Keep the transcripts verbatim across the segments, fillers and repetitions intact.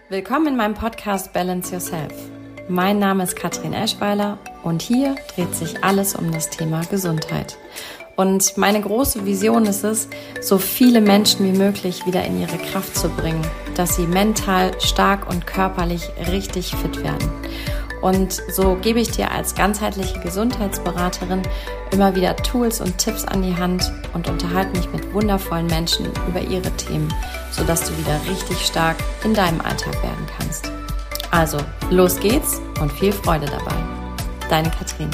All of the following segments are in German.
Willkommen in meinem Podcast Balance Yourself. Mein Name ist Katrin Eschweiler und hier dreht sich alles um das Thema Gesundheit. Und meine große Vision ist es, so viele Menschen wie möglich wieder in ihre Kraft zu bringen, dass sie mental stark und körperlich richtig fit werden. Und so gebe ich dir als ganzheitliche Gesundheitsberaterin immer wieder Tools und Tipps an die Hand und unterhalte mich mit wundervollen Menschen über ihre Themen, sodass du wieder richtig stark in deinem Alltag werden kannst. Also, los geht's und viel Freude dabei. Deine Katrin.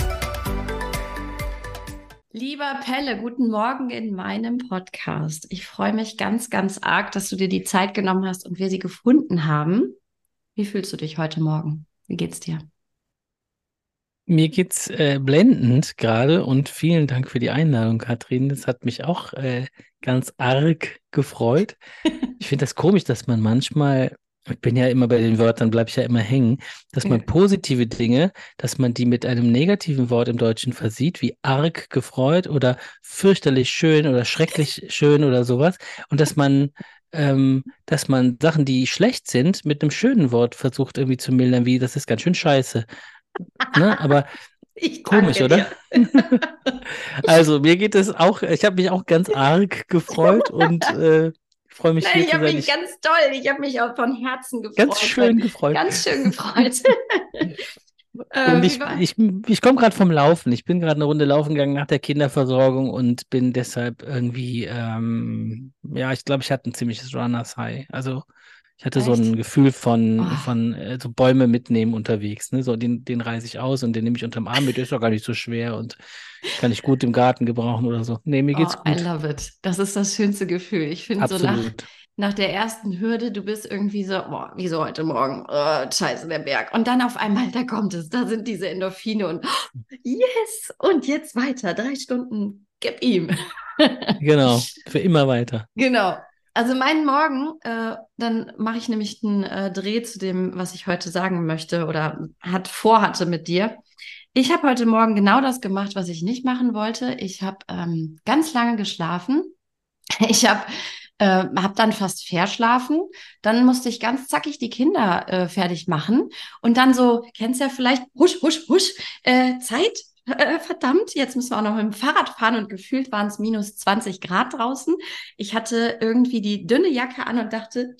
Lieber Pelle, guten Morgen in meinem Podcast. Ich freue mich ganz, ganz arg, dass du dir die Zeit genommen hast und wir sie gefunden haben. Wie fühlst du dich heute Morgen? Wie geht's dir? Mir geht's äh, blendend gerade und vielen Dank für die Einladung, Katrin. Das hat mich auch äh, ganz arg gefreut. Ich finde das komisch, dass man manchmal, ich bin ja immer bei den Wörtern, bleibe ich ja immer hängen, dass man positive Dinge, dass man die mit einem negativen Wort im Deutschen versieht, wie arg gefreut oder fürchterlich schön oder schrecklich schön oder sowas. Und dass man, ähm, dass man Sachen, die schlecht sind, mit einem schönen Wort versucht irgendwie zu mildern, wie das ist ganz schön scheiße. Ne? Aber Ich komisch, danke oder? dir. Also, mir geht es auch, ich habe mich auch ganz arg gefreut und äh, freue mich Nein, hier ich zu habe sein. mich Ich ganz toll, ich habe mich auch von Herzen ganz gefreut, weil schön gefreut. ganz schön gefreut. Und äh, wie ich, war? ich, ich komme gerade vom Laufen. Ich bin gerade eine Runde laufen gegangen nach der Kinderversorgung und bin deshalb irgendwie, ähm, ja, ich glaube, ich hatte ein ziemliches Runners High. Also ich hatte so Echt? ein Gefühl von, Oh, von äh, so Bäume mitnehmen unterwegs. Ne? So, den, den reiße ich aus und den nehme ich unterm Arm mit. Der ist doch gar nicht so schwer und kann ich gut im Garten gebrauchen oder so. Nee, mir oh, geht's I gut. love it. Das ist das schönste Gefühl. Ich finde so nach, Absolut. nach der ersten Hürde, du bist irgendwie so, boah, wieso heute Morgen? Oh, scheiße, der Berg. Und dann auf einmal, da kommt es, da sind diese Endorphine und oh, yes, und jetzt weiter, drei Stunden, gib ihm. Genau. Für immer weiter. Genau. Also meinen Morgen, äh, dann mache ich nämlich einen äh, Dreh zu dem, was ich heute sagen möchte oder hat vorhatte mit dir. Ich habe heute Morgen genau das gemacht, was ich nicht machen wollte. Ich habe ähm, ganz lange geschlafen. Ich habe äh, hab dann fast verschlafen. Dann musste ich ganz zackig die Kinder äh, fertig machen. Und dann so, kennst ja vielleicht, husch, husch, husch, äh, Zeit. Äh, verdammt, jetzt müssen wir auch noch mit dem Fahrrad fahren und gefühlt waren es minus zwanzig Grad draußen. Ich hatte irgendwie die dünne Jacke an und dachte,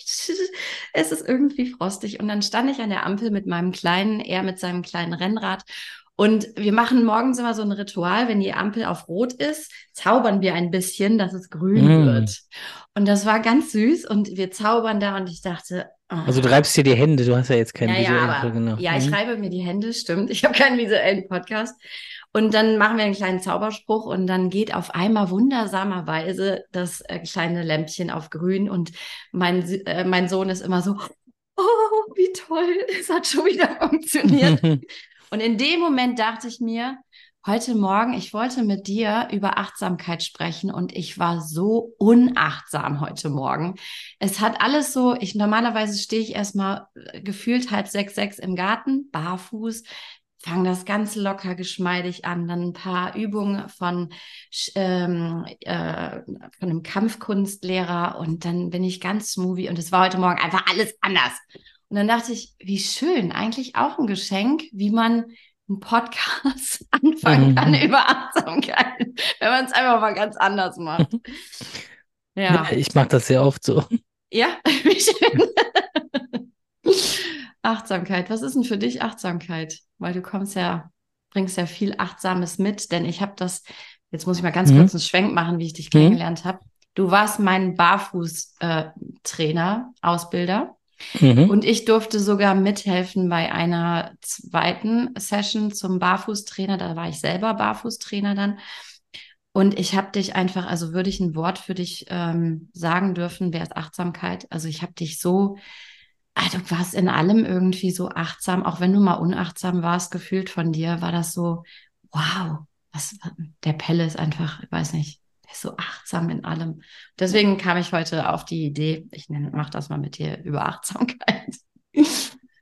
es ist irgendwie frostig. Und dann stand ich an der Ampel mit meinem kleinen, er mit seinem kleinen Rennrad. Und wir machen morgens immer so ein Ritual, wenn die Ampel auf Rot ist, zaubern wir ein bisschen, dass es grün Mm. wird. Und das war ganz süß und wir zaubern da und ich dachte, oh, Also du reibst dir die Hände, du hast ja jetzt ja, keinen ja, visuellen, aber genau. ja, ich Mhm. reibe mir die Hände, stimmt. Ich habe keinen visuellen Podcast. Und dann machen wir einen kleinen Zauberspruch und dann geht auf einmal wundersamerweise das äh, kleine Lämpchen auf grün und mein, äh, mein Sohn ist immer so, oh, wie toll, es hat schon wieder funktioniert. Und in dem Moment dachte ich mir, heute Morgen, ich wollte mit dir über Achtsamkeit sprechen und ich war so unachtsam heute Morgen. Es hat alles so, ich normalerweise stehe ich erstmal äh, gefühlt halb sechs, sechs im Garten, barfuß, fange das ganz locker geschmeidig an, dann ein paar Übungen von, ähm, äh, von einem Kampfkunstlehrer und dann bin ich ganz smoothie und es war heute Morgen einfach alles anders. Und dann dachte ich, wie schön, eigentlich auch ein Geschenk, wie man einen Podcast anfangen kann Mhm. über Achtsamkeit, wenn man es einfach mal ganz anders macht. Ja, Ja, ich mache das sehr oft so. ja, wie schön. Achtsamkeit. Was ist denn für dich Achtsamkeit? Weil du kommst ja, bringst ja viel Achtsames mit, denn ich habe das, jetzt muss ich mal ganz Mhm. kurz einen Schwenk machen, wie ich dich Mhm. kennengelernt habe. Du warst mein Barfuß-Trainer, Ausbilder. Mhm. Und ich durfte sogar mithelfen bei einer zweiten Session zum Barfußtrainer. Da war ich selber Barfußtrainer dann. Und ich habe dich einfach, also würde ich ein Wort für dich ähm, sagen dürfen, wäre es Achtsamkeit. Also ich habe dich so, ah, du warst in allem irgendwie so achtsam, auch wenn du mal unachtsam warst, gefühlt von dir, war das so, wow, was, der Pelle ist einfach, ich weiß nicht, der ist so achtsam in allem. Deswegen kam ich heute auf die Idee, ich mache das mal mit dir über Achtsamkeit.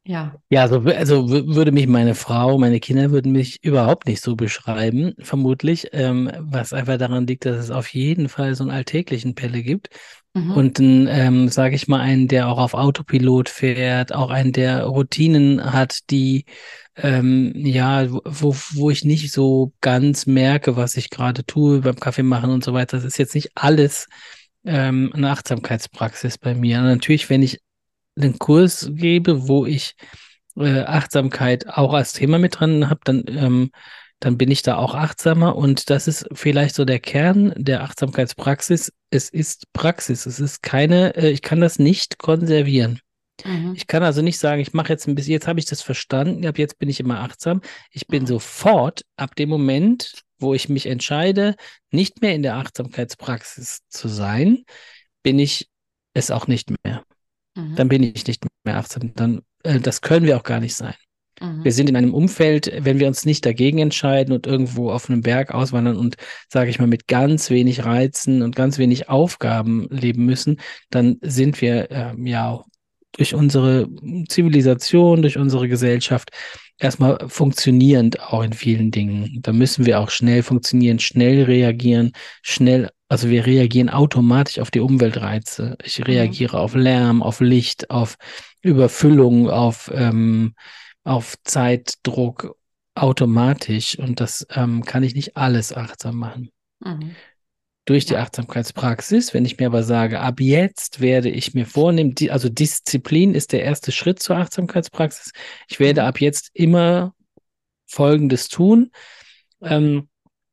Ja. Ja, also, w- also w- würde mich meine Frau, meine Kinder würden mich überhaupt nicht so beschreiben, vermutlich, ähm, was einfach daran liegt, dass es auf jeden Fall so einen alltäglichen Pelle gibt. Mhm. Und einen, ähm, sage ich mal, einen, der auch auf Autopilot fährt, auch einen, der Routinen hat, die, ähm, ja, wo, wo ich nicht so ganz merke, was ich gerade tue beim Kaffee machen und so weiter. Das ist jetzt nicht alles ähm, eine Achtsamkeitspraxis bei mir. Und natürlich, wenn ich einen Kurs gebe, wo ich äh, Achtsamkeit auch als Thema mit drin habe, dann, ähm, dann bin ich da auch achtsamer. Und das ist vielleicht so der Kern der Achtsamkeitspraxis. Es ist Praxis. Es ist keine, äh, ich kann das nicht konservieren. Mhm. Ich kann also nicht sagen, ich mache jetzt ein bisschen, jetzt habe ich das verstanden, ab jetzt bin ich immer achtsam. Ich bin Mhm. sofort ab dem Moment, wo ich mich entscheide, nicht mehr in der Achtsamkeitspraxis zu sein, bin ich es auch nicht mehr. Dann Mhm. bin ich nicht mehr achtsam. Dann, äh, das können wir auch gar nicht sein. Wir Mhm. sind in einem Umfeld, wenn wir uns nicht dagegen entscheiden und irgendwo auf einem Berg auswandern und, sage ich mal, mit ganz wenig Reizen und ganz wenig Aufgaben leben müssen, dann sind wir ähm, ja durch unsere Zivilisation, durch unsere Gesellschaft erstmal funktionierend auch in vielen Dingen. Da müssen wir auch schnell funktionieren, schnell reagieren, schnell, also wir reagieren automatisch auf die Umweltreize. Ich Mhm. reagiere auf Lärm, auf Licht, auf Überfüllung, auf ähm, auf Zeitdruck automatisch und das ähm, kann ich nicht alles achtsam machen. Mhm. Durch die Ja. Achtsamkeitspraxis, wenn ich mir aber sage, ab jetzt werde ich mir vornehmen, die, also Disziplin ist der erste Schritt zur Achtsamkeitspraxis. Ich werde Mhm. ab jetzt immer Folgendes tun. Ähm,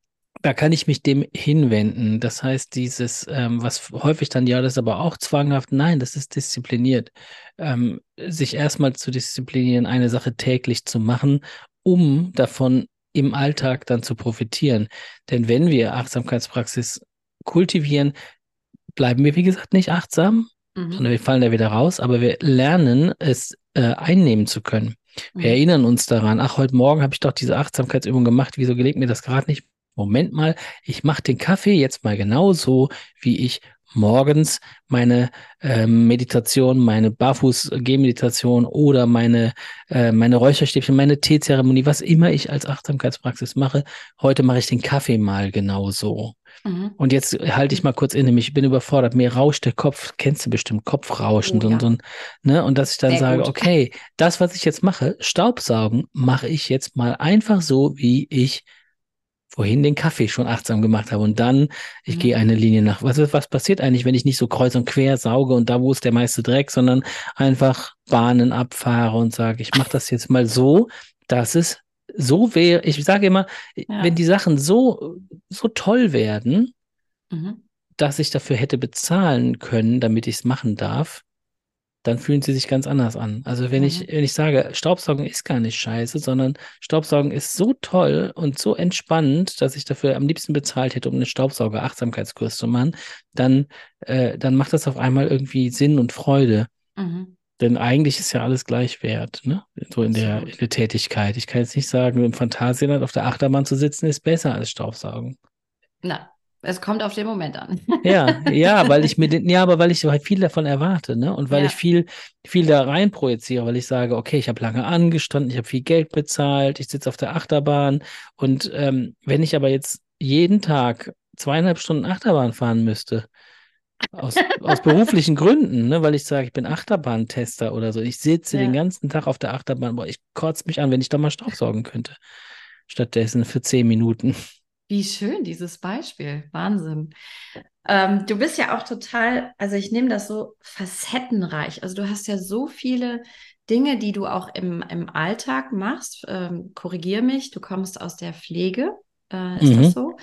Da kann ich mich dem hinwenden. Das heißt, dieses, ähm, was häufig dann, ja, das ist aber auch zwanghaft. Nein, das ist diszipliniert. Ähm, sich erstmal zu disziplinieren, eine Sache täglich zu machen, um davon im Alltag dann zu profitieren. Denn wenn wir Achtsamkeitspraxis kultivieren, bleiben wir, wie gesagt, nicht achtsam, Mhm. sondern wir fallen da wieder raus, aber wir lernen es äh, einnehmen zu können. Wir Mhm. erinnern uns daran, ach, heute Morgen habe ich doch diese Achtsamkeitsübung gemacht, wieso gelingt mir das gerade nicht? Moment mal, ich mache den Kaffee jetzt mal genauso, wie ich morgens meine ähm, Meditation, meine Barfuß-Gehmeditation oder meine, äh, meine Räucherstäbchen, meine Teezeremonie, was immer ich als Achtsamkeitspraxis mache, heute mache ich den Kaffee mal genauso. Mhm. Und jetzt halte ich mal kurz inne, mich, ich bin überfordert, mir rauscht der Kopf, kennst du bestimmt, Kopfrauschen, Oh so, ein- so ja, ein, ne? Und dass ich dann sehr sage, gut. okay, das, was ich jetzt mache, Staubsaugen, mache ich jetzt mal einfach so, wie ich vorhin den Kaffee schon achtsam gemacht habe. Und dann, ich gehe Mhm. eine Linie nach. Was ist, was passiert eigentlich, wenn ich nicht so kreuz und quer sauge und da, wo ist der meiste Dreck, sondern einfach Bahnen abfahre und sage, ich mache das jetzt mal so, dass es so wäre. Ich sage immer, wenn Ja. die Sachen so, so toll werden, Mhm. dass ich dafür hätte bezahlen können, damit ich es machen darf, dann fühlen sie sich ganz anders an. Also wenn ich, Mhm. wenn ich sage, Staubsaugen ist gar nicht scheiße, sondern Staubsaugen ist so toll und so entspannend, dass ich dafür am liebsten bezahlt hätte, um einen Staubsauger-Achtsamkeitskurs zu machen, dann, äh, dann macht das auf einmal irgendwie Sinn und Freude. Mhm. Denn eigentlich ist ja alles gleich wert, ne? So in der, in Absolut. der Tätigkeit. Ich kann jetzt nicht sagen, im Phantasialand auf der Achterbahn zu sitzen, ist besser als Staubsaugen. Na, es kommt auf den Moment an. Ja, ja, weil ich mir den, ja, aber weil ich so halt viel davon erwarte, ne? Und weil ich Ja. viel, viel da rein projiziere, weil ich sage, okay, ich habe lange angestanden, ich habe viel Geld bezahlt, ich sitze auf der Achterbahn und ähm, wenn ich aber jetzt jeden Tag zweieinhalb Stunden Achterbahn fahren müsste, aus, aus beruflichen Gründen, ne, weil ich sage, ich bin Achterbahntester oder so, ich sitze den Ja. ganzen Tag auf der Achterbahn, boah, ich kotze mich an, wenn ich da mal Staubsaugen könnte, stattdessen für zehn Minuten. Wie schön, dieses Beispiel. Wahnsinn. Ähm, du bist ja auch total, also ich nehme das so facettenreich. Also du hast ja so viele Dinge, die du auch im, im Alltag machst. Ähm, korrigier mich, du kommst aus der Pflege. Äh, ist das Mhm, so?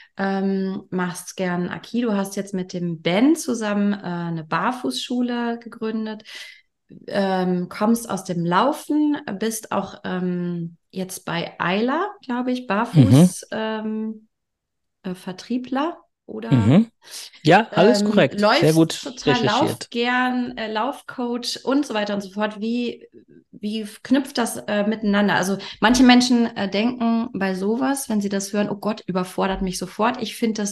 Ähm, machst gern Aikido, hast jetzt mit dem Ben zusammen äh, eine Barfußschule gegründet, ähm, kommst aus dem Laufen, bist auch ähm, jetzt bei Eila, glaube ich, mhm, Barfuß ähm, äh, Vertriebler oder mhm. Ja, alles ähm, korrekt, sehr läufst gut total, lauf recherchiert. gern, äh, Laufcoach und so weiter und so fort. Wie, wie knüpft das äh, miteinander? Also manche Menschen äh, denken bei sowas, wenn sie das hören, oh Gott, überfordert mich sofort. Ich finde das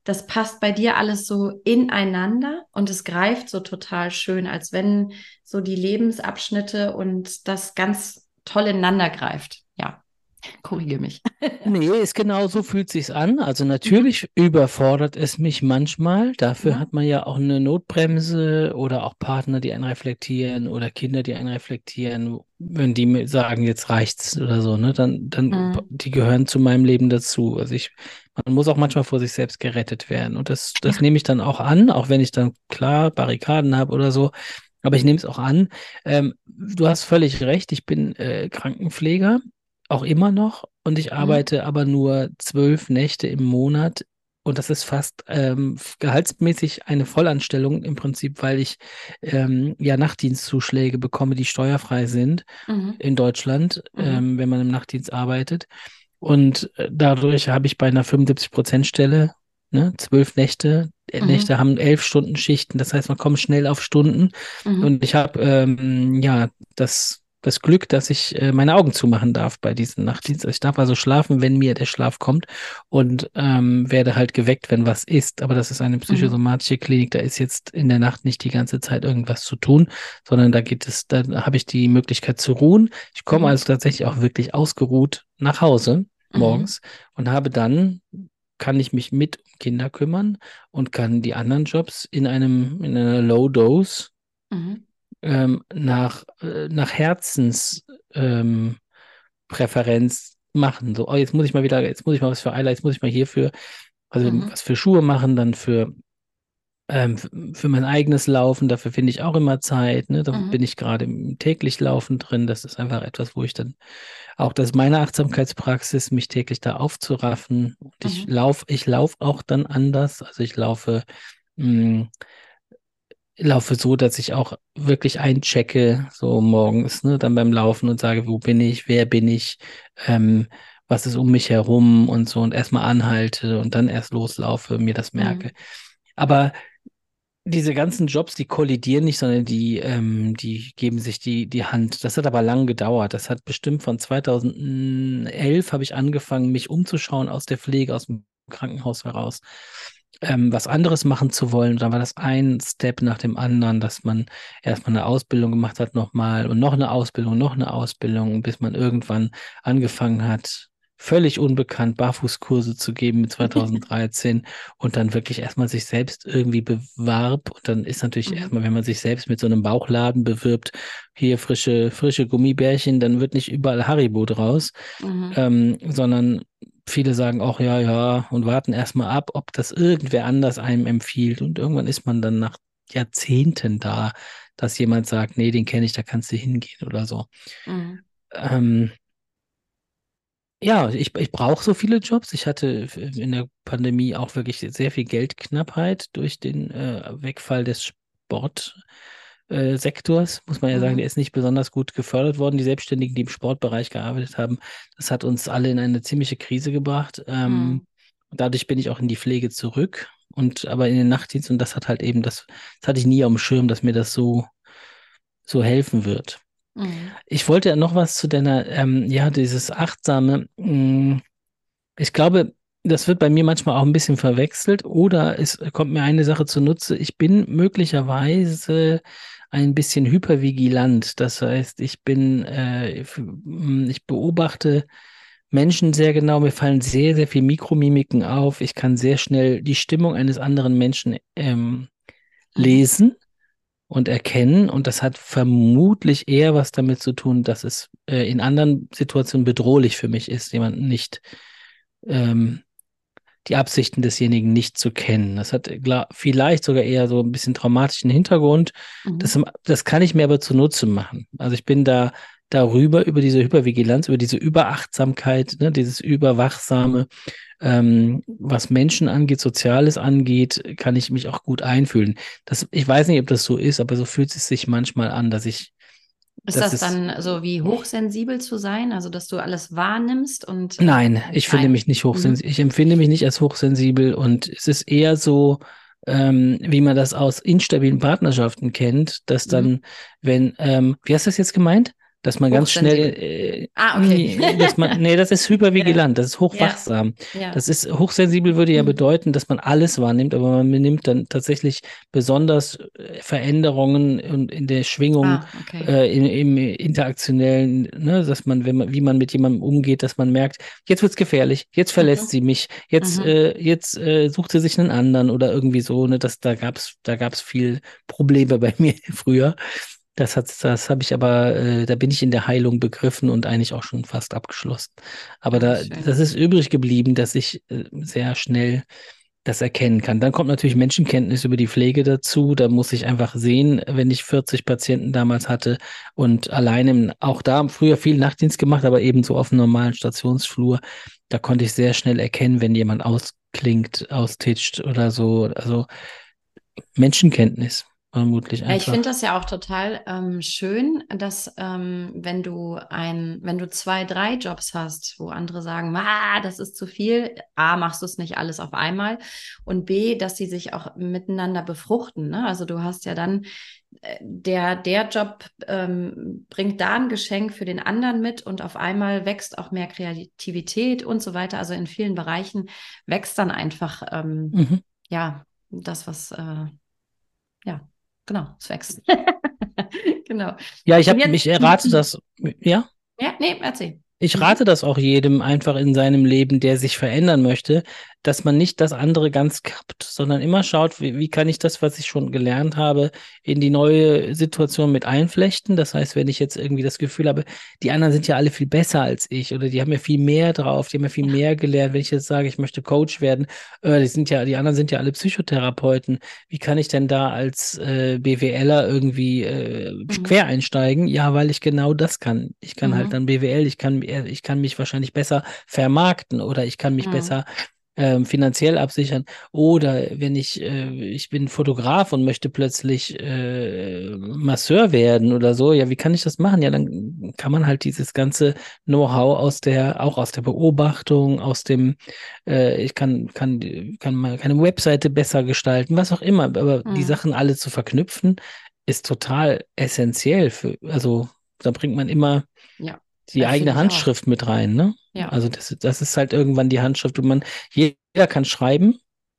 das passt bei dir alles so ineinander und es greift so total schön, als wenn so die Lebensabschnitte und das ganz toll ineinander greift. Ja, korrigiere mich. Nee, ist genau so fühlt sich's an. Also Mhm. natürlich überfordert es mich manchmal. Dafür Ja. hat man ja auch eine Notbremse oder auch Partner, die einen reflektieren oder Kinder, die einen reflektieren. Wenn die mir sagen, jetzt reicht's oder so, ne, dann, dann, Mhm. die gehören zu meinem Leben dazu. Also ich, man muss auch manchmal vor sich selbst gerettet werden. Und das, das Ja. nehme ich dann auch an, auch wenn ich dann klar Barrikaden habe oder so. Aber ich nehme es auch an. Ähm, du hast völlig recht. Ich bin äh, Krankenpfleger auch immer noch und ich Mhm. arbeite aber nur zwölf Nächte im Monat und das ist fast ähm, gehaltsmäßig eine Vollanstellung im Prinzip, weil ich ähm, ja Nachtdienstzuschläge bekomme, die steuerfrei sind Mhm. in Deutschland, Mhm. ähm, wenn man im Nachtdienst arbeitet. Und äh, dadurch habe ich bei einer fünfundsiebzig-Prozent-Stelle, ne, zwölf Nächte, äh, Mhm. Nächte haben elf Stunden Schichten, das heißt, man kommt schnell auf Stunden Mhm. und ich habe ähm, ja das, das Glück, dass ich äh, meine Augen zumachen darf bei diesem Nachtdienst. Ich darf also schlafen, wenn mir der Schlaf kommt und ähm, werde halt geweckt, wenn was ist. Aber das ist eine Mhm. psychosomatische Klinik, da ist jetzt in der Nacht nicht die ganze Zeit irgendwas zu tun, sondern da geht es, da habe ich die Möglichkeit zu ruhen. Ich komme Mhm. also tatsächlich auch wirklich ausgeruht nach Hause Mhm. morgens und habe dann kann ich mich mit um Kinder kümmern und kann die anderen Jobs in einem in einer Low Dose Mhm. ähm, nach, äh, nach Herzens ähm, Präferenz machen. So, oh, jetzt muss ich mal wieder, jetzt muss ich mal was für Eyeliner, jetzt muss ich mal hierfür, also Mhm. was für Schuhe machen, dann für, ähm, f- für mein eigenes Laufen, dafür finde ich auch immer Zeit, ne? Da bin Mhm. ich gerade im täglich Laufen drin. Das ist einfach etwas, wo ich dann auch, das ist meine Achtsamkeitspraxis, mich täglich da aufzuraffen. Und ich Mhm. laufe, ich laufe auch dann anders. Also ich laufe, mh, laufe so, dass ich auch wirklich einchecke, so morgens, ne, dann beim Laufen und sage, wo bin ich, wer bin ich, ähm, was ist um mich herum und so und erstmal anhalte und dann erst loslaufe, mir das merke. Mhm. Aber diese ganzen Jobs, die kollidieren nicht, sondern die, ähm, die geben sich die, die Hand. Das hat aber lang gedauert. Das hat bestimmt von zweitausendelf habe ich angefangen, mich umzuschauen aus der Pflege, aus dem Krankenhaus heraus, ähm, was anderes machen zu wollen. Und dann war das ein Step nach dem anderen, dass man erstmal eine Ausbildung gemacht hat, nochmal und noch eine Ausbildung, noch eine Ausbildung, bis man irgendwann angefangen hat, völlig unbekannt Barfußkurse zu geben mit zweitausenddreizehn und dann wirklich erstmal sich selbst irgendwie bewarb. Und dann ist natürlich Mhm. erstmal, wenn man sich selbst mit so einem Bauchladen bewirbt, hier frische, frische Gummibärchen, dann wird nicht überall Haribo draus, Mhm. ähm, sondern viele sagen auch, ja, ja, und warten erstmal ab, ob das irgendwer anders einem empfiehlt. Und irgendwann ist man dann nach Jahrzehnten da, dass jemand sagt, nee, den kenne ich, da kannst du hingehen oder so. Mhm. Ähm, ja, ich, ich brauche so viele Jobs. Ich hatte in der Pandemie auch wirklich sehr viel Geldknappheit durch den äh, Wegfall des Sportsektors. Äh, Sektors. Muss man ja sagen, der Mhm. ist nicht besonders gut gefördert worden. Die Selbstständigen, die im Sportbereich gearbeitet haben, das hat uns alle in eine ziemliche Krise gebracht. Ähm, Mhm. dadurch bin ich auch in die Pflege zurück und aber in den Nachtdienst und das hat halt eben das, das hatte ich nie auf dem Schirm, dass mir das so so helfen wird. Mhm. Ich wollte ja noch was zu deiner, ähm, ja, dieses achtsame. Mh, ich glaube, das wird bei mir manchmal auch ein bisschen verwechselt oder es kommt mir eine Sache zunutze. Ich bin möglicherweise ein bisschen hypervigilant. Das heißt, ich bin, äh, f- mh, ich beobachte Menschen sehr genau. Mir fallen sehr, sehr viel Mikromimiken auf. Ich kann sehr schnell die Stimmung eines anderen Menschen ähm, Mhm. lesen und erkennen. Und das hat vermutlich eher was damit zu tun, dass es äh, in anderen Situationen bedrohlich für mich ist, jemanden nicht, ähm, die Absichten desjenigen nicht zu kennen. Das hat klar, vielleicht sogar eher so ein bisschen traumatischen Hintergrund. Das, Mhm. das kann ich mir aber zunutze machen. Also ich bin da darüber, über diese Hypervigilanz, über diese Überachtsamkeit, ne, dieses Überwachsame, ähm, was Menschen angeht, Soziales angeht, kann ich mich auch gut einfühlen. Das, ich weiß nicht, ob das so ist, aber so fühlt es sich manchmal an, dass ich, Ist dass das es, dann so wie hochsensibel zu sein, also dass du alles wahrnimmst und äh, nein, ich finde nein. mich nicht Mhm. hochsensibel, ich empfinde mich nicht als hochsensibel und es ist eher so, ähm, wie man das aus instabilen Partnerschaften kennt, dass Mhm. dann, wenn, ähm, wie hast du das jetzt gemeint? dass man ganz schnell, Hochsensibel. äh, Ah, okay. nee, dass man, nee, das ist Ja, hypervigilant, das ist ja, hochwachsam. ja. Das ist, hochsensibel würde ja Hm. bedeuten, dass man alles wahrnimmt, aber man nimmt dann tatsächlich besonders äh, Veränderungen in, in der Schwingung, Ah, okay. äh, in, im interaktionellen, ne, dass man, wenn man, wie man mit jemandem umgeht, dass man merkt, jetzt wird's gefährlich, jetzt verlässt Mhm. sie mich, jetzt, Mhm. äh, jetzt äh, sucht sie sich einen anderen oder irgendwie so, ne, das, da gab's, da gab's viel Probleme bei mir früher. Das hat, das habe ich aber, äh, da bin ich in der Heilung begriffen und eigentlich auch schon fast abgeschlossen. Aber Ah, da, das schön. ist übrig geblieben, dass ich äh, sehr schnell das erkennen kann. Dann kommt natürlich Menschenkenntnis über die Pflege dazu. Da muss ich einfach sehen, wenn ich vierzig Patienten damals hatte und alleine im- auch da früher viel Nachtdienst gemacht, aber eben so auf dem normalen Stationsflur, da konnte ich sehr schnell erkennen, wenn jemand ausklingt, austitscht oder so. Also Menschenkenntnis vermutlich Ja, ich finde einfach. das ja auch total ähm, schön, dass ähm, wenn du ein, wenn du zwei, drei Jobs hast, wo andere sagen, ah, das ist zu viel, A, machst du es nicht alles auf einmal und B, dass sie sich auch miteinander befruchten. Ne? Also du hast ja dann, äh, der, der Job ähm, bringt da ein Geschenk für den anderen mit und auf einmal wächst auch mehr Kreativität und so weiter. Also in vielen Bereichen wächst dann einfach, ähm, Mhm. ja, das, was, äh, ja, genau, es wächst. Genau. Ja, ich Und habe, jetzt, ich errate das, ja. ja, nee, erzähl. Ich Mhm. rate das auch jedem einfach in seinem Leben, der sich verändern möchte, dass man nicht das andere ganz kappt, sondern immer schaut, wie, wie kann ich das, was ich schon gelernt habe, in die neue Situation mit einflechten. Das heißt, wenn ich jetzt irgendwie das Gefühl habe, die anderen sind ja alle viel besser als ich oder die haben ja viel mehr drauf, die haben ja viel Ja. mehr gelernt. Wenn ich jetzt sage, ich möchte Coach werden, äh, die sind ja, die anderen sind ja alle Psychotherapeuten. Wie kann ich denn da als äh, BWLer irgendwie äh, Mhm. quer einsteigen? Ja, weil ich genau das kann. Ich kann halt Mhm. dann B W L, ich kann, äh, ich kann mich wahrscheinlich besser vermarkten oder ich kann mich Mhm. besser ähm, finanziell absichern. Oder wenn ich, äh, ich bin Fotograf und möchte plötzlich äh, Masseur werden oder so, ja, wie kann ich das machen? Ja, dann kann man halt dieses ganze Know-how aus der, auch aus der Beobachtung, aus dem, äh, ich kann, kann, kann mal keine Webseite besser gestalten, was auch immer, aber die Mhm. Sachen alle zu verknüpfen, ist total essentiell für, also da bringt man immer Ja, die äh, finde eigene ich auch. Handschrift mit rein, ne? Ja. Also das, das ist halt irgendwann die Handschrift und man, jeder kann schreiben,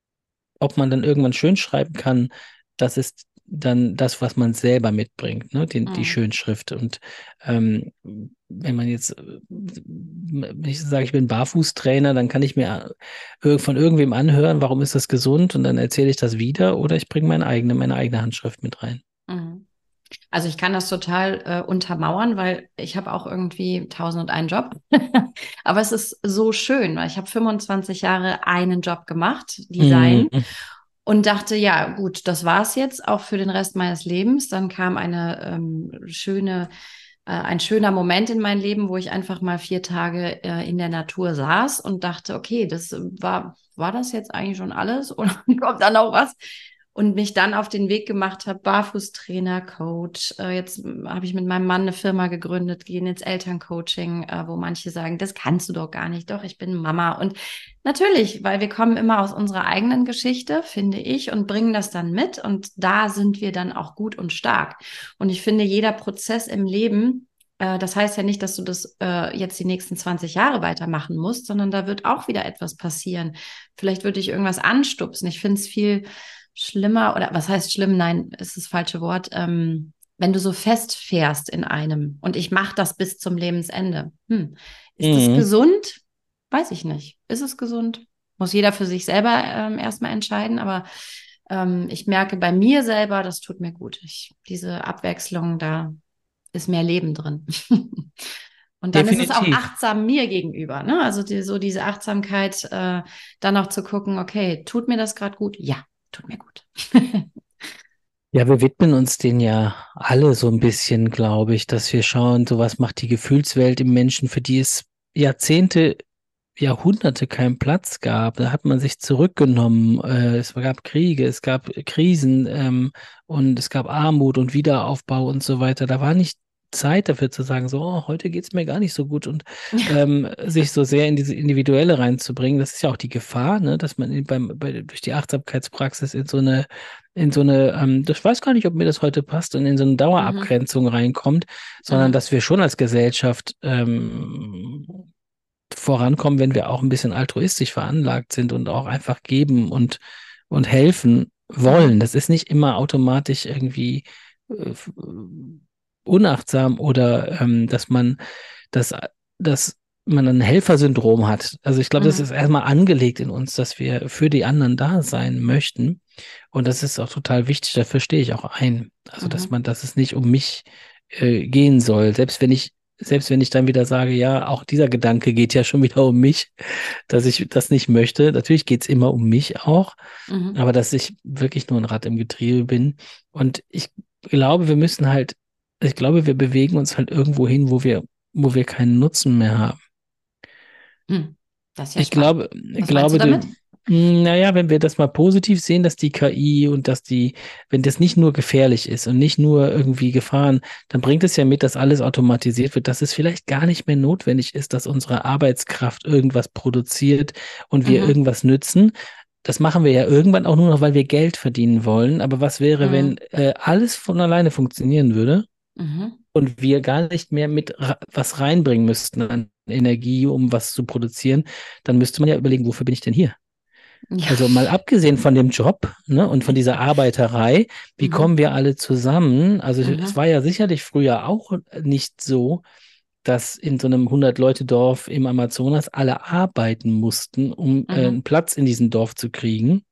ob man dann irgendwann schön schreiben kann, das ist dann das, was man selber mitbringt, ne? Die, die Mhm. Schönschrift. Und ähm, wenn man jetzt, äh, wenn ich sage, ich bin Barfußtrainer, dann kann ich mir äh, von irgendwem anhören, warum ist das gesund? Und dann erzähle ich das wieder oder ich bringe meine eigene, meine eigene Handschrift mit rein. Mhm. Also ich kann das total äh, untermauern, weil ich habe auch irgendwie tausend und einen Job. Aber es ist so schön, weil ich habe fünfundzwanzig Jahre einen Job gemacht, Design, Mhm. und dachte, ja, gut, das war's jetzt auch für den Rest meines Lebens. Dann kam eine ähm, schöne, äh, ein schöner Moment in mein Leben, wo ich einfach mal vier Tage äh, in der Natur saß und dachte, okay, das war, war das jetzt eigentlich schon alles oder kommt da noch was? Und mich dann auf den Weg gemacht habe, Barfußtrainer, Coach. Äh, jetzt habe ich mit meinem Mann eine Firma gegründet, gehen ins Elterncoaching, äh, wo manche sagen, das kannst du doch gar nicht. Doch, ich bin Mama. Und natürlich, weil wir kommen immer aus unserer eigenen Geschichte, finde ich, und bringen das dann mit. Und da sind wir dann auch gut und stark. Und ich finde, jeder Prozess im Leben, äh, das heißt ja nicht, dass du das äh, jetzt die nächsten zwanzig Jahre weitermachen musst, sondern da wird auch wieder etwas passieren. Vielleicht würde ich irgendwas anstupsen. Ich finde es viel schlimmer, oder was heißt schlimm? Nein, ist das falsche Wort. Ähm, wenn du so festfährst in einem und ich mache das bis zum Lebensende. Hm. Ist das Mhm. gesund? Weiß ich nicht. Ist es gesund? Muss jeder für sich selber ähm, erstmal entscheiden, aber ähm, ich merke bei mir selber, das tut mir gut. Ich, diese Abwechslung, da ist mehr Leben drin. Und dann ist es auch Definitiv. achtsam mir gegenüber, ne? Also die, so diese Achtsamkeit, äh, dann auch zu gucken, okay, tut mir das gerade gut? Ja, tut mir gut. Ja, wir widmen uns denen ja alle so ein bisschen, glaube ich, dass wir schauen, so was macht die Gefühlswelt im Menschen, für die es Jahrzehnte, Jahrhunderte keinen Platz gab. Da hat man sich zurückgenommen. Äh, es gab Kriege, es gab Krisen, ähm, und es gab Armut und Wiederaufbau und so weiter. Da war nicht Zeit dafür zu sagen, so, oh, heute geht's mir gar nicht so gut und ähm, sich so sehr in diese Individuelle reinzubringen. Das ist ja auch die Gefahr, ne, dass man in- beim, bei, durch die Achtsamkeitspraxis in so eine in so eine, ähm, ich weiß gar nicht, ob mir das heute passt, und in so eine Mhm. Dauerabgrenzung reinkommt, sondern Mhm. dass wir schon als Gesellschaft ähm, vorankommen, wenn wir auch ein bisschen altruistisch veranlagt sind und auch einfach geben und, und helfen wollen. Mhm. Das ist nicht immer automatisch irgendwie äh, f- unachtsam oder ähm, dass man das, dass man ein Helfersyndrom hat. Also ich glaube, das ist Mhm. erstmal angelegt in uns, dass wir für die anderen da sein möchten. Und das ist auch total wichtig, dafür stehe ich auch ein. Also, dass Mhm. man, dass es nicht um mich äh, gehen soll. Selbst wenn ich, selbst wenn ich dann wieder sage, ja, auch dieser Gedanke geht ja schon wieder um mich, dass ich das nicht möchte. Natürlich geht es immer um mich auch, Mhm. aber dass ich wirklich nur ein Rad im Getriebe bin. Und ich glaube, wir müssen halt, ich glaube, wir bewegen uns halt irgendwo hin, wo wir, wo wir keinen Nutzen mehr haben. Mhm. Das ist ja Ich spannend. glaube, ich Was meinst du glaube, damit? die, mh, naja, wenn wir das mal positiv sehen, dass die K I und dass die, wenn das nicht nur gefährlich ist und nicht nur irgendwie Gefahren, dann bringt es ja mit, dass alles automatisiert wird, dass es vielleicht gar nicht mehr notwendig ist, dass unsere Arbeitskraft irgendwas produziert und wir Mhm. irgendwas nützen. Das machen wir ja irgendwann auch nur noch, weil wir Geld verdienen wollen. Aber was wäre, wenn Mhm. äh, alles von alleine funktionieren würde? Mhm. Und wir gar nicht mehr mit ra- was reinbringen müssten an Energie, um was zu produzieren, dann müsste man ja überlegen, wofür bin ich denn hier? Ja. Also mal abgesehen von dem Job, ne, und von dieser Arbeiterei, wie kommen Mhm. wir alle zusammen? Also es Mhm. war ja sicherlich früher auch nicht so, dass in so einem hundert-Leute-Dorf im Amazonas alle arbeiten mussten, um äh, einen Mhm. Platz in diesem Dorf zu kriegen,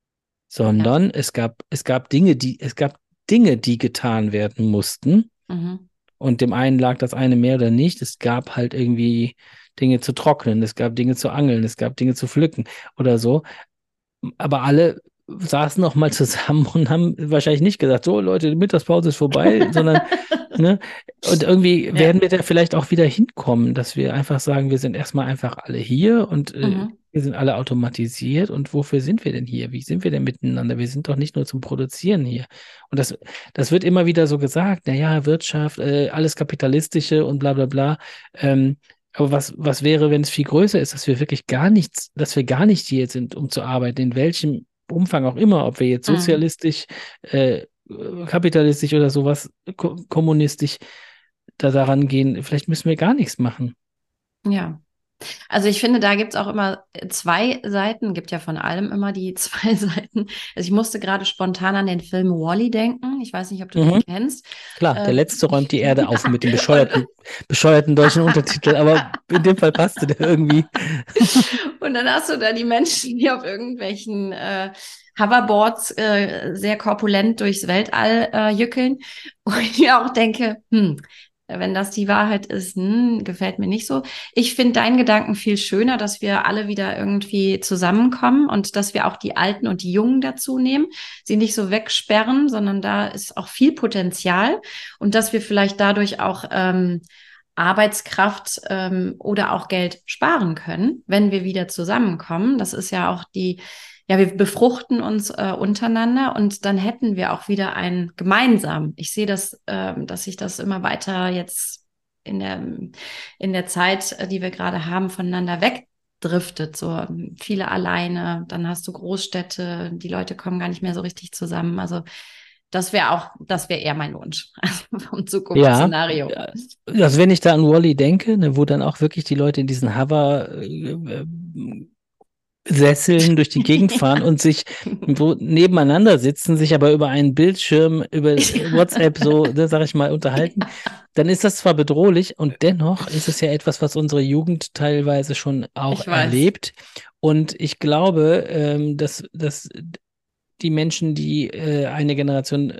Ja. sondern es gab, es gab Dinge, die, es gab Dinge, die getan werden mussten. Mhm. Und dem einen lag das eine mehr oder nicht. Es gab halt irgendwie Dinge zu trocknen, es gab Dinge zu angeln, es gab Dinge zu pflücken oder so. Aber alle saßen noch mal zusammen und haben wahrscheinlich nicht gesagt, so Leute, die Mittagspause ist vorbei, sondern, ne? Und irgendwie Ja. werden wir da vielleicht auch wieder hinkommen, dass wir einfach sagen, wir sind erstmal einfach alle hier und äh, Mhm. wir sind alle automatisiert. Und wofür sind wir denn hier? Wie sind wir denn miteinander? Wir sind doch nicht nur zum Produzieren hier. Und das, das wird immer wieder so gesagt, naja, Wirtschaft, äh, alles Kapitalistische und bla bla bla. Ähm, aber was, was wäre, wenn es viel größer ist, dass wir wirklich gar nichts, dass wir gar nicht hier sind, um zu arbeiten, in welchem Umfang auch immer, ob wir jetzt Mhm. sozialistisch, äh, kapitalistisch oder sowas, ko kommunistisch da daran gehen, vielleicht müssen wir gar nichts machen. Ja. Also ich finde, da gibt es auch immer zwei Seiten, gibt ja von allem immer die zwei Seiten. Also ich musste gerade spontan an den Film Wall-E denken. Ich weiß nicht, ob du den Mhm. kennst. Klar, der Ähm, Letzte räumt die Erde auf mit dem und, bescheuerten, bescheuerten deutschen Untertitel, aber in dem Fall passte der irgendwie. und dann hast du da die Menschen, die auf irgendwelchen äh, Hoverboards äh, sehr korpulent durchs Weltall äh, jückeln. Und ich mir auch denke, hm, wenn das die Wahrheit ist, hm, gefällt mir nicht so. Ich finde deinen Gedanken viel schöner, dass wir alle wieder irgendwie zusammenkommen und dass wir auch die Alten und die Jungen dazu nehmen, sie nicht so wegsperren, sondern da ist auch viel Potenzial und dass wir vielleicht dadurch auch ähm, Arbeitskraft ähm, oder auch Geld sparen können, wenn wir wieder zusammenkommen. Das ist ja auch die, ja, wir befruchten uns äh, untereinander und dann hätten wir auch wieder ein gemeinsam. Ich sehe das, ähm, dass sich das immer weiter jetzt in der, in der Zeit, äh, die wir gerade haben, voneinander wegdriftet. So ähm, viele alleine, dann hast du Großstädte, die Leute kommen gar nicht mehr so richtig zusammen. Also das wäre auch, das wäre eher mein Wunsch also vom Ja, Zukunftsszenario. äh, also wenn ich da an Wall-E denke, ne, wo dann auch wirklich die Leute in diesen Hover äh, äh, Sesseln durch die Gegend fahren und sich wo nebeneinander sitzen, sich aber über einen Bildschirm, über äh, WhatsApp so, ne, sag ich mal, unterhalten, dann ist das zwar bedrohlich und dennoch ist es ja etwas, was unsere Jugend teilweise schon auch Ich weiß. erlebt. Und ich glaube, ähm, dass, dass die Menschen, die äh, eine Generation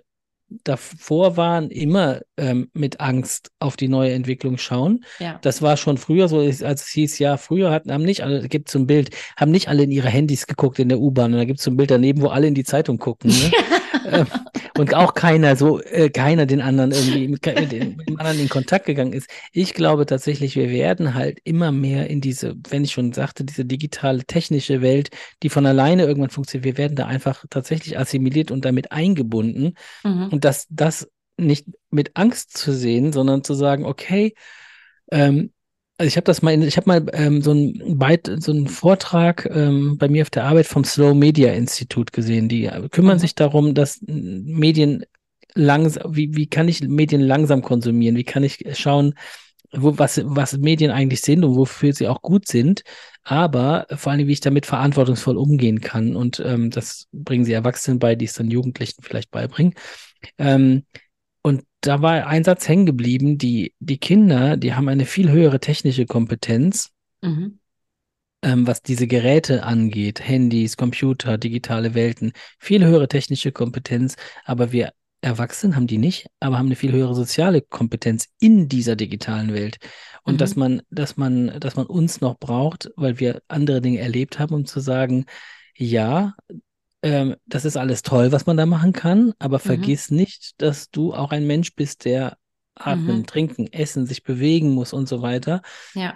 davor waren, immer ähm, mit Angst auf die neue Entwicklung schauen. Ja. Das war schon früher so, als es hieß, ja, früher hatten, haben nicht alle, gibt es so ein Bild, haben nicht alle in ihre Handys geguckt in der U-Bahn und da gibt es so ein Bild daneben, wo alle in die Zeitung gucken, ne? Ähm, und auch keiner so, äh, keiner den anderen irgendwie mit, mit, den, mit dem anderen in Kontakt gegangen ist. Ich glaube tatsächlich, wir werden halt immer mehr in diese, wenn ich schon sagte, diese digitale, technische Welt, die von alleine irgendwann funktioniert, wir werden da einfach tatsächlich assimiliert und damit eingebunden. Mhm. Und dass das nicht mit Angst zu sehen, sondern zu sagen, okay, ähm, Also ich habe das mal, in, ich habe mal ähm, so einen Beit, so einen Vortrag ähm, bei mir auf der Arbeit vom Slow Media Institut gesehen. Die äh, kümmern Mhm. sich darum, dass äh, Medien langsam, wie, wie kann ich Medien langsam konsumieren? Wie kann ich schauen, wo, was, was Medien eigentlich sind und wofür sie auch gut sind, aber vor allem, wie ich damit verantwortungsvoll umgehen kann. Und ähm, das bringen sie Erwachsenen bei, die es dann Jugendlichen vielleicht beibringen. Ähm, und da war ein Satz hängen geblieben, die, die Kinder, die haben eine viel höhere technische Kompetenz, Mhm. ähm, was diese Geräte angeht, Handys, Computer, digitale Welten, viel höhere technische Kompetenz, aber wir Erwachsenen haben die nicht, aber haben eine viel höhere soziale Kompetenz in dieser digitalen Welt. Und dass Mhm. man, dass man, dass man uns noch braucht, weil wir andere Dinge erlebt haben, um zu sagen, ja, ähm, das ist alles toll, was man da machen kann, aber Mhm. vergiss nicht, dass du auch ein Mensch bist, der atmen, Mhm. trinken, essen, sich bewegen muss und so weiter. Ja.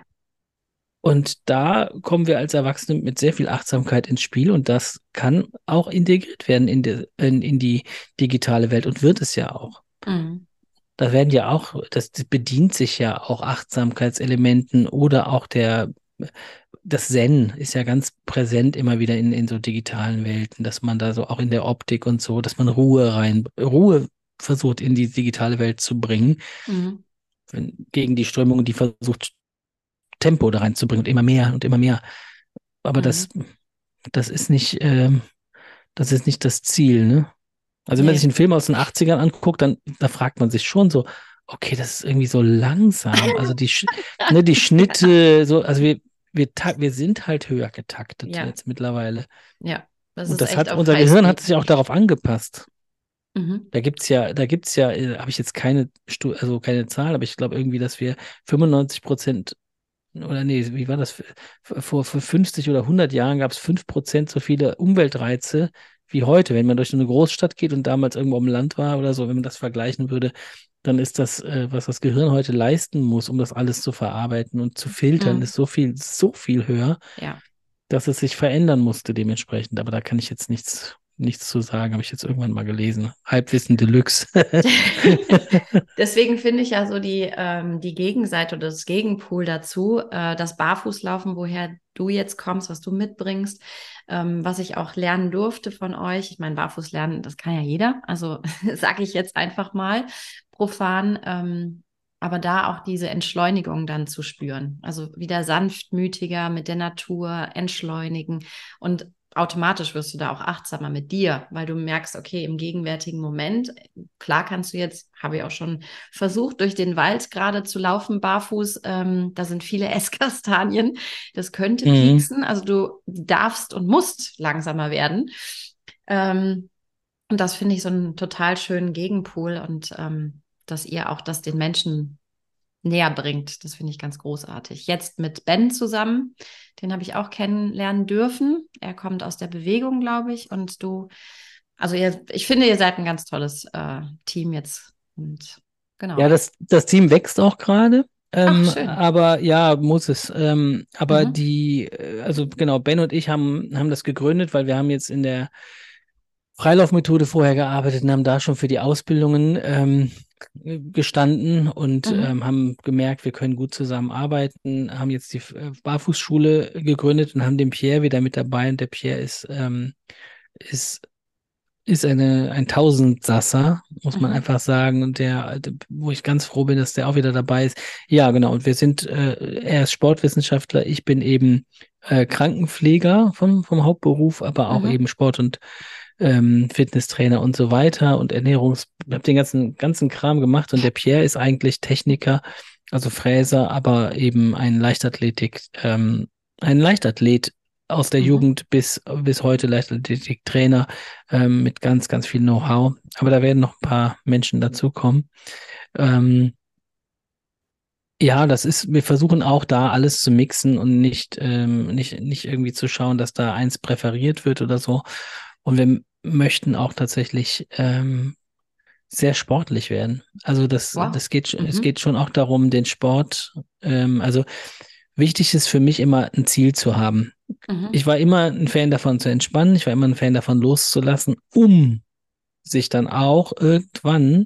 Und da kommen wir als Erwachsene mit sehr viel Achtsamkeit ins Spiel und das kann auch integriert werden in die, in, in die digitale Welt und wird es ja auch. Mhm. Da werden ja auch, das bedient sich ja auch Achtsamkeitselementen oder auch der, das Zen ist ja ganz präsent immer wieder in, in so digitalen Welten, dass man da so auch in der Optik und so, dass man Ruhe rein, Ruhe versucht in die digitale Welt zu bringen, Mhm. wenn, gegen die Strömung, die versucht, Tempo da reinzubringen und immer mehr und immer mehr. Aber Mhm. das, das ist nicht, ähm, das ist nicht das Ziel, ne? Also wenn man sich Nee. einen Film aus den Achtzigern anguckt, dann da fragt man sich schon so, okay, das ist irgendwie so langsam. Also die, Sch- ne, die Ja. Schnitte, so, also wir, wir, ta- wir sind halt höher getaktet Ja. jetzt mittlerweile. Ja. Das Und ist das echt hat, auf unser Gehirn hat Highspeed. sich auch darauf angepasst. Mhm. Da gibt's ja, da gibt's ja, äh, habe ich jetzt keine, Stu also keine Zahl, aber ich glaube irgendwie, dass wir fünfundneunzig Prozent oder nee, wie war das? Vor, vor fünfzig oder hundert Jahren gab es fünf Prozent so viele Umweltreize wie heute. Wenn man durch eine Großstadt geht und damals irgendwo am Land war oder so, wenn man das vergleichen würde, dann ist das, äh, was das Gehirn heute leisten muss, um das alles zu verarbeiten und zu filtern, Mhm. ist so viel, so viel höher, Ja. dass es sich verändern musste dementsprechend. Aber da kann ich jetzt nichts, nichts zu sagen, habe ich jetzt irgendwann mal gelesen. Halbwissen Deluxe. Deswegen finde ich ja so die, ähm, die Gegenseite oder das Gegenpol dazu, äh, das Barfußlaufen, woher du jetzt kommst, was du mitbringst, ähm, was ich auch lernen durfte von euch. Ich meine, Barfußlernen, das kann ja jeder, also sage ich jetzt einfach mal profan. Ähm, aber da auch diese Entschleunigung dann zu spüren. Also wieder sanftmütiger mit der Natur, entschleunigen und automatisch wirst du da auch achtsamer mit dir, weil du merkst, okay, im gegenwärtigen Moment, klar kannst du jetzt, habe ich auch schon versucht, durch den Wald gerade zu laufen, barfuß, ähm, da sind viele Esskastanien, das könnte Mhm. pieksen, also du darfst und musst langsamer werden. Ähm, und das finde ich so einen total schönen Gegenpol und ähm, dass ihr auch das den Menschen näher bringt. Das finde ich ganz großartig. Jetzt mit Ben zusammen, den habe ich auch kennenlernen dürfen. Er kommt aus der Bewegung, glaube ich. Und du, also ihr, ich finde, ihr seid ein ganz tolles äh, Team jetzt. Und Ja, genau. das, das Team wächst auch gerade. Ach, Ähm, schön. aber ja, muss es. Ähm, aber Mhm. die, äh, also genau, Ben und ich haben, haben das gegründet, weil wir haben jetzt in der Freilaufmethode vorher gearbeitet und haben da schon für die Ausbildungen ähm, gestanden und Mhm. ähm, haben gemerkt, wir können gut zusammenarbeiten, haben jetzt die äh, Barfußschule gegründet und haben den Pierre wieder mit dabei. Und der Pierre ist, ähm, ist ist eine, ein Tausendsasser, muss man Mhm. einfach sagen. Und der, wo ich ganz froh bin, dass der auch wieder dabei ist. Ja, genau. Und wir sind, äh, er ist Sportwissenschaftler, ich bin eben äh, Krankenpfleger vom, vom Hauptberuf, aber auch Mhm. eben Sport- und ähm, Fitnesstrainer und so weiter und Ernährungs, habe den ganzen, ganzen Kram gemacht. Und der Pierre ist eigentlich Techniker, also Fräser, aber eben ein Leichtathletik, ähm, ein Leichtathlet aus der Mhm. Jugend bis, bis heute Leichtathletiktrainer ähm, mit ganz, ganz viel Know-how. Aber da werden noch ein paar Menschen dazukommen. Ähm, ja, das ist, wir versuchen auch da alles zu mixen und nicht, ähm, nicht, nicht irgendwie zu schauen, dass da eins präferiert wird oder so. Und wir möchten auch tatsächlich ähm, sehr sportlich werden. Also das, Wow. das geht, es Mhm. geht schon auch darum, den Sport, ähm, also wichtig ist für mich immer ein Ziel zu haben. Mhm. Ich war immer ein Fan davon zu entspannen, ich war immer ein Fan davon loszulassen, um sich dann auch irgendwann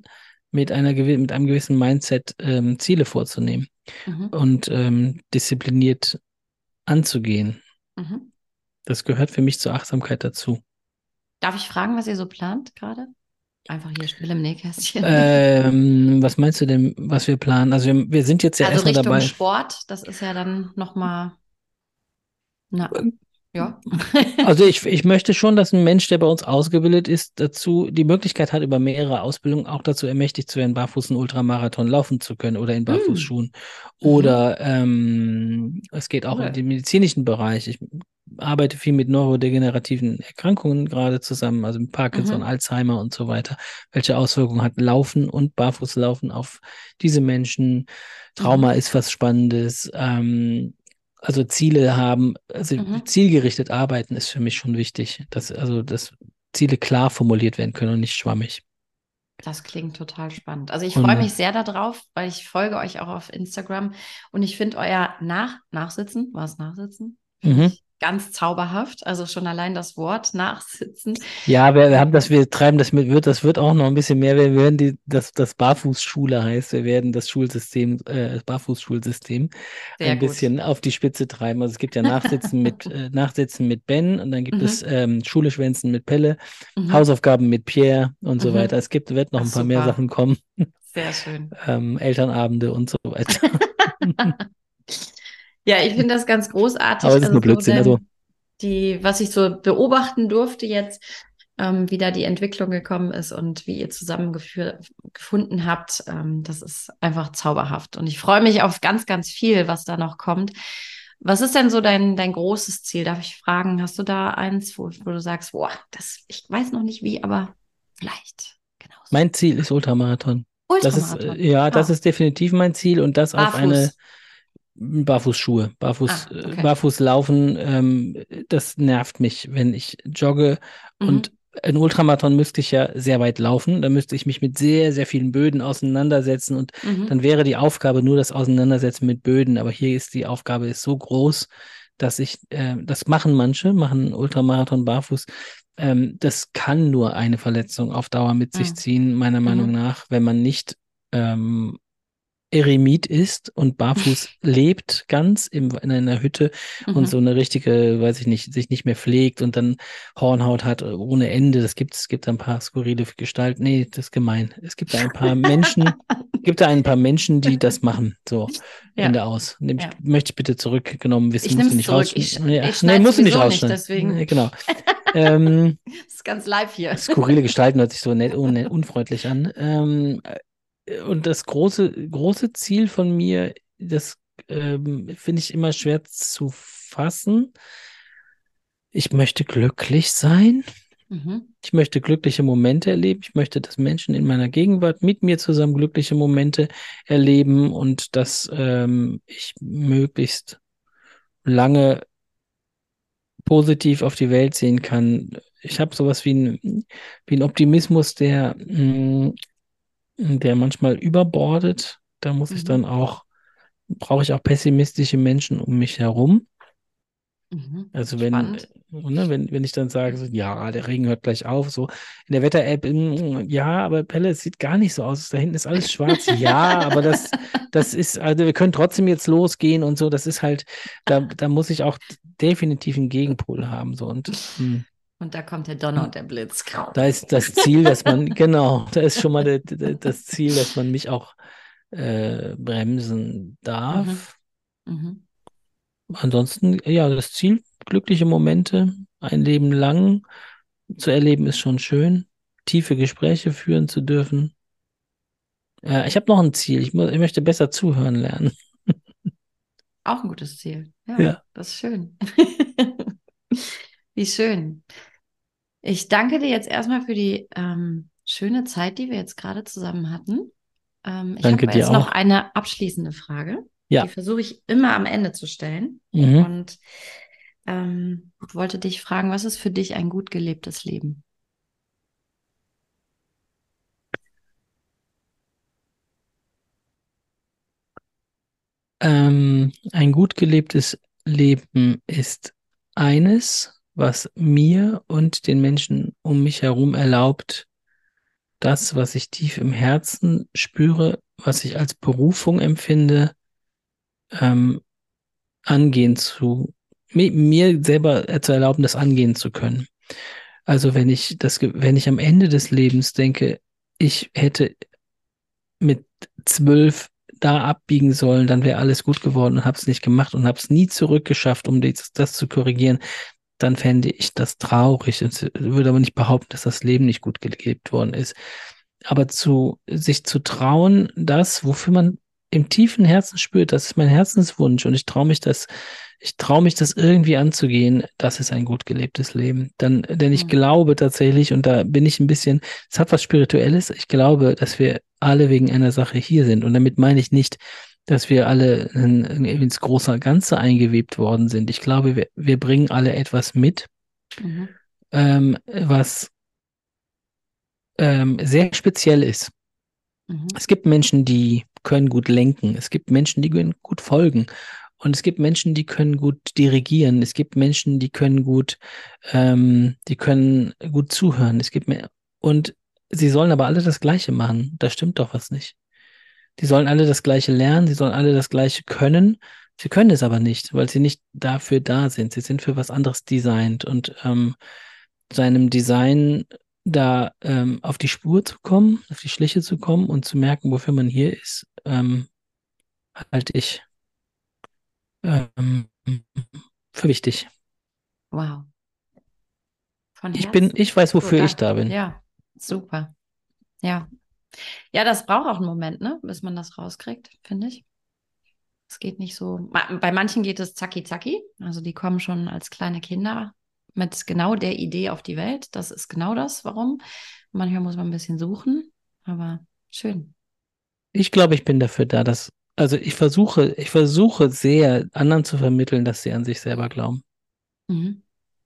mit einer gewi- mit einem gewissen Mindset ähm, Ziele vorzunehmen Mhm. und ähm, diszipliniert anzugehen. Mhm. Das gehört für mich zur Achtsamkeit dazu. Darf ich fragen, was ihr so plant gerade? Einfach hier still im Nähkästchen. Ähm, was meinst du denn, was wir planen? Also wir, wir sind jetzt ja Also erstmal Richtung dabei. Sport, das ist ja dann nochmal, na, ja. Also ich, ich möchte schon, dass ein Mensch, der bei uns ausgebildet ist, dazu die Möglichkeit hat, über mehrere Ausbildungen auch dazu ermächtigt zu werden, barfuß einen Ultramarathon laufen zu können oder in Mm. Barfußschuhen. Mhm. Oder ähm, es geht auch in Cool. den medizinischen Bereich. Ich arbeite viel mit neurodegenerativen Erkrankungen gerade zusammen, also mit Parkinson, Mhm. Alzheimer und so weiter. Welche Auswirkungen hat Laufen und Barfußlaufen auf diese Menschen? Trauma Mhm. ist was Spannendes. Ähm, also Ziele haben, also Mhm. zielgerichtet arbeiten ist für mich schon wichtig, dass also dass Ziele klar formuliert werden können und nicht schwammig. Das klingt total spannend. Also ich freue Und mich sehr darauf, weil ich folge euch auch auf Instagram und ich finde euer Nach Nachsitzen, war es Nachsitzen? Finde mhm. ich ganz zauberhaft. Also schon allein das Wort Nachsitzen. Ja, wir, wir haben das, Ähm, wir treiben das mit, wird, das wird auch noch ein bisschen mehr. Wir werden die, das, das Barfußschule heißt, wir werden das Schulsystem, äh, das Barfußschulsystem Sehr ein gut. bisschen auf die Spitze treiben. Also es gibt ja Nachsitzen mit, äh, Nachsitzen mit Ben und dann gibt es Mhm. ähm, Schule schwänzen mit Pelle, Mhm. Hausaufgaben mit Pierre und so weiter. Mhm. Es gibt, wird noch Ach, ein paar mehr super. Sachen kommen, Sehr schön. ähm, Elternabende und so weiter. Ja, ich finde das ganz Aber großartig. es ist Also nur so Blödsinn. Also, dein, die, was ich so beobachten durfte jetzt, ähm, wie da die Entwicklung gekommen ist und wie ihr zusammengefunden habt, ähm, das ist einfach zauberhaft. Und ich freue mich auf ganz, ganz viel, was da noch kommt. Was ist denn so dein, dein großes Ziel? Darf ich fragen, hast du da eins, wo, wo du sagst, boah, das, ich weiß noch nicht wie, aber vielleicht. Genau so. mein Ziel ist Ultramarathon. Das ist, äh, Ultramarathon. ja, das Ah, ist definitiv mein Ziel und das auf eine barfuß. Barfußschuhe, Barfuß, Ah, äh, okay. Barfuß laufen, ähm, das nervt mich, wenn ich jogge. Und Mhm. ein Ultramarathon müsste ich ja sehr weit laufen. Da müsste ich mich mit sehr, sehr vielen Böden auseinandersetzen. Und dann Mhm. wäre die Aufgabe nur das Auseinandersetzen mit Böden. Aber hier ist die Aufgabe ist so groß, dass ich, äh, das machen manche, machen einen Ultramarathon barfuß. Ähm, das kann nur eine Verletzung auf Dauer mit sich Mhm. ziehen, meiner Meinung Mhm. nach, wenn man nicht ähm, Eremit ist und barfuß lebt, ganz im, in einer Hütte und so Mhm. eine richtige, weiß ich nicht, sich nicht mehr pflegt und dann Hornhaut hat ohne Ende. Das gibt es gibt da ein paar skurrile Gestalten. Nee, das ist gemein. Es gibt da ein paar Menschen, gibt da ein paar Menschen, die das machen. So, Ja, Ende aus. Nehm ich, ja. möchte ich bitte zurückgenommen Ich wissen, nehme musst du es nicht zurück. Ich, sch- rausschneiden. Ja, ich nee, schneide musst du nicht sowieso nicht, rausschneiden. deswegen Nee, genau. Ähm, ist es ganz live hier. Skurrile Gestalten hört sich so nett, un, unfreundlich an. Ähm, äh, und das große, große Ziel von mir, das ähm, finde ich immer schwer zu fassen. Ich möchte glücklich sein. Mhm. Ich möchte glückliche Momente erleben. Ich möchte, dass Menschen in meiner Gegenwart mit mir zusammen glückliche Momente erleben und dass ähm, ich möglichst lange positiv auf die Welt sehen kann. Ich habe sowas wie ein, wie ein Optimismus, der mh, der manchmal überbordet. Da muss ich dann Mhm. auch, brauche ich auch pessimistische Menschen um mich herum. Mhm. Also wenn, äh, Spannend. ne, wenn, wenn ich dann sage, so, ja, der Regen hört gleich auf, so in der Wetter-App, mm, ja, aber Pelle, es sieht gar nicht so aus. Da hinten ist alles schwarz. Ja, aber das, das ist, also wir können trotzdem jetzt losgehen und so. Das ist halt, da, da muss ich auch definitiv einen Gegenpol haben. So und ähm, Und da kommt der Donner und der Blitz. da ist das Ziel, dass man, genau, da ist schon mal de, de, das Ziel, dass man mich auch äh, bremsen Mhm. darf. Mhm. Ansonsten, ja, das Ziel, glückliche Momente, ein Leben lang zu erleben, ist schon schön. Tiefe Gespräche führen zu dürfen. Äh, ich habe noch ein Ziel. Ich, mu ich möchte besser zuhören lernen. Auch ein gutes Ziel. Ja, Ja, das ist schön. Wie schön. Ich danke dir jetzt erstmal für die ähm, schöne Zeit, die wir jetzt gerade zusammen hatten. Ähm, ich habe danke aber dir jetzt noch auch. eine abschließende Frage. Die Ja, versuche ich immer am Ende zu stellen. mhm. Und ähm, wollte dich fragen, was ist für dich ein gut gelebtes Leben? Ähm, ein gut gelebtes Leben ist eines, was mir und den Menschen um mich herum erlaubt, das, was ich tief im Herzen spüre, was ich als Berufung empfinde, ähm, angehen zu, mi- mir selber zu erlauben, das angehen zu können. Also wenn ich das, ge- wenn ich am Ende des Lebens denke, ich hätte mit zwölf da abbiegen sollen, dann wäre alles gut geworden und habe es nicht gemacht und habe es nie zurückgeschafft, um das, das zu korrigieren, dann fände ich das traurig. Ich würde aber nicht behaupten, dass das Leben nicht gut gelebt worden ist. Aber zu sich zu trauen, das, wofür man im tiefen Herzen spürt, das ist mein Herzenswunsch und ich traue mich das, ich traue mich das irgendwie anzugehen, das ist ein gut gelebtes Leben. Dann, denn ich Mhm. glaube tatsächlich, und da bin ich ein bisschen, es hat was Spirituelles, ich glaube, dass wir alle wegen einer Sache hier sind. Und damit meine ich nicht, dass wir alle in, in, ins große Ganze eingewebt worden sind. Ich glaube, wir, wir bringen alle etwas mit, Mhm. ähm, was ähm, sehr speziell ist. Mhm. Es gibt Menschen, die können gut lenken. Es gibt Menschen, die können gut folgen. Und es gibt Menschen, die können gut dirigieren. Es gibt Menschen, die können gut, ähm, die können gut zuhören. Es gibt mehr. Und sie sollen aber alle das Gleiche machen. Da stimmt doch was nicht. Die sollen alle das Gleiche lernen. Sie sollen alle das Gleiche können. Sie können es aber nicht, weil sie nicht dafür da sind. Sie sind für was anderes designt. Und ähm, seinem Design da ähm, auf die Spur zu kommen, auf die Schliche zu kommen und zu merken, wofür man hier ist, ähm, halte ich ähm, für wichtig. Wow. Von Ich bin, Herzen. ich weiß, So, wofür ich danke. da bin. Ja, super. Ja. Ja, das braucht auch einen Moment, ne, bis man das rauskriegt, finde ich. Es geht nicht so. ma- Bei manchen geht es zacki zacki. Also die kommen schon als kleine Kinder mit genau der Idee auf die Welt. Das ist genau das, warum. Manchmal muss man ein bisschen suchen, aber schön. Ich glaube, ich bin dafür da, dass, also ich versuche, ich versuche sehr, anderen zu vermitteln, dass sie an sich selber glauben. Mhm.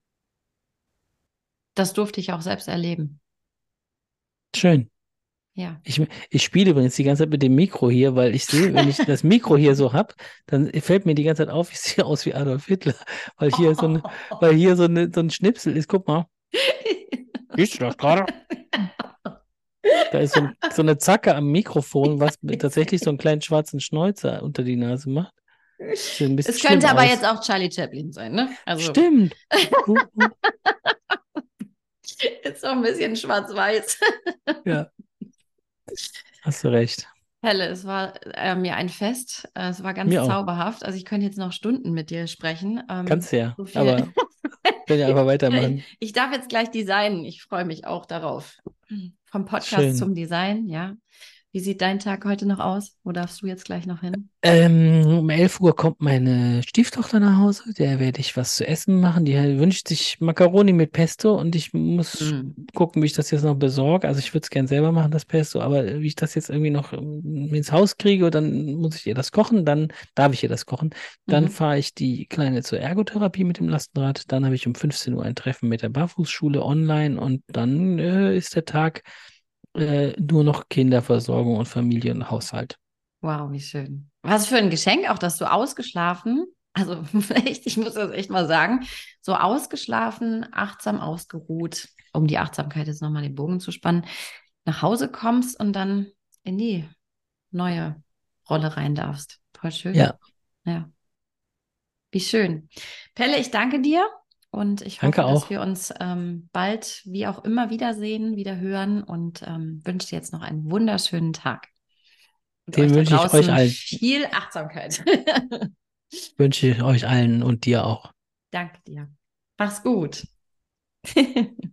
Das durfte ich auch selbst erleben. Schön. Ja. Ich, ich spiele übrigens die ganze Zeit mit dem Mikro hier, weil ich sehe, wenn ich das Mikro hier so hab, dann fällt mir die ganze Zeit auf, ich sehe aus wie Adolf Hitler, weil hier so eine, weil hier so eine, so ein Schnipsel ist. Guck mal, siehst du das gerade? Da ist so, ein, so eine Zacke am Mikrofon, was mir tatsächlich so einen kleinen schwarzen Schnäuzer unter die Nase macht. Sieht ein bisschen Es schlimm könnte aber jetzt aus. auch Charlie Chaplin sein, ne? Also Stimmt. Uh, uh, ist auch ein bisschen schwarz-weiß. ja, hast du recht. Helle, es war äh, mir ein Fest. Äh, es war ganz Mir auch. zauberhaft. Also ich könnte jetzt noch Stunden mit dir sprechen. Ähm, Kannst du ja. so viel. Aber können ja einfach weitermachen. Ich darf jetzt gleich designen. Ich freue mich auch darauf. Vom Podcast Schön. zum Design, ja. Wie sieht dein Tag heute noch aus? Wo darfst du jetzt gleich noch hin? Ähm, um elf Uhr kommt meine Stieftochter nach Hause. Der werde ich was zu essen machen. Die wünscht sich Macaroni mit Pesto und ich muss Mm. gucken, wie ich das jetzt noch besorge. Also ich würde es gern selber machen, das Pesto, aber wie ich das jetzt irgendwie noch ähm, ins Haus kriege, dann muss ich ihr das kochen, dann darf ich ihr das kochen. Dann Mhm. fahre ich die Kleine zur Ergotherapie mit dem Lastenrad. Dann habe ich um fünfzehn Uhr ein Treffen mit der Barfußschule online und dann äh, ist der Tag äh, nur noch Kinderversorgung und Familie und Haushalt. Wow, wie schön. Was für ein Geschenk, auch dass du ausgeschlafen, also echt, ich muss das echt mal sagen, so ausgeschlafen, achtsam ausgeruht, um die Achtsamkeit jetzt nochmal den Bogen zu spannen, nach Hause kommst und dann in die neue Rolle rein darfst. Voll schön. Ja, Ja, wie schön. Pelle, ich danke dir und ich danke hoffe, dass auch. wir uns ähm, bald, wie auch immer, wiedersehen, wieder hören und ähm, wünsche dir jetzt noch einen wunderschönen Tag. Und euch Den da wünsche ich euch draußen allen, viel Achtsamkeit. wünsche ich euch allen und dir auch. Danke dir. Mach's gut.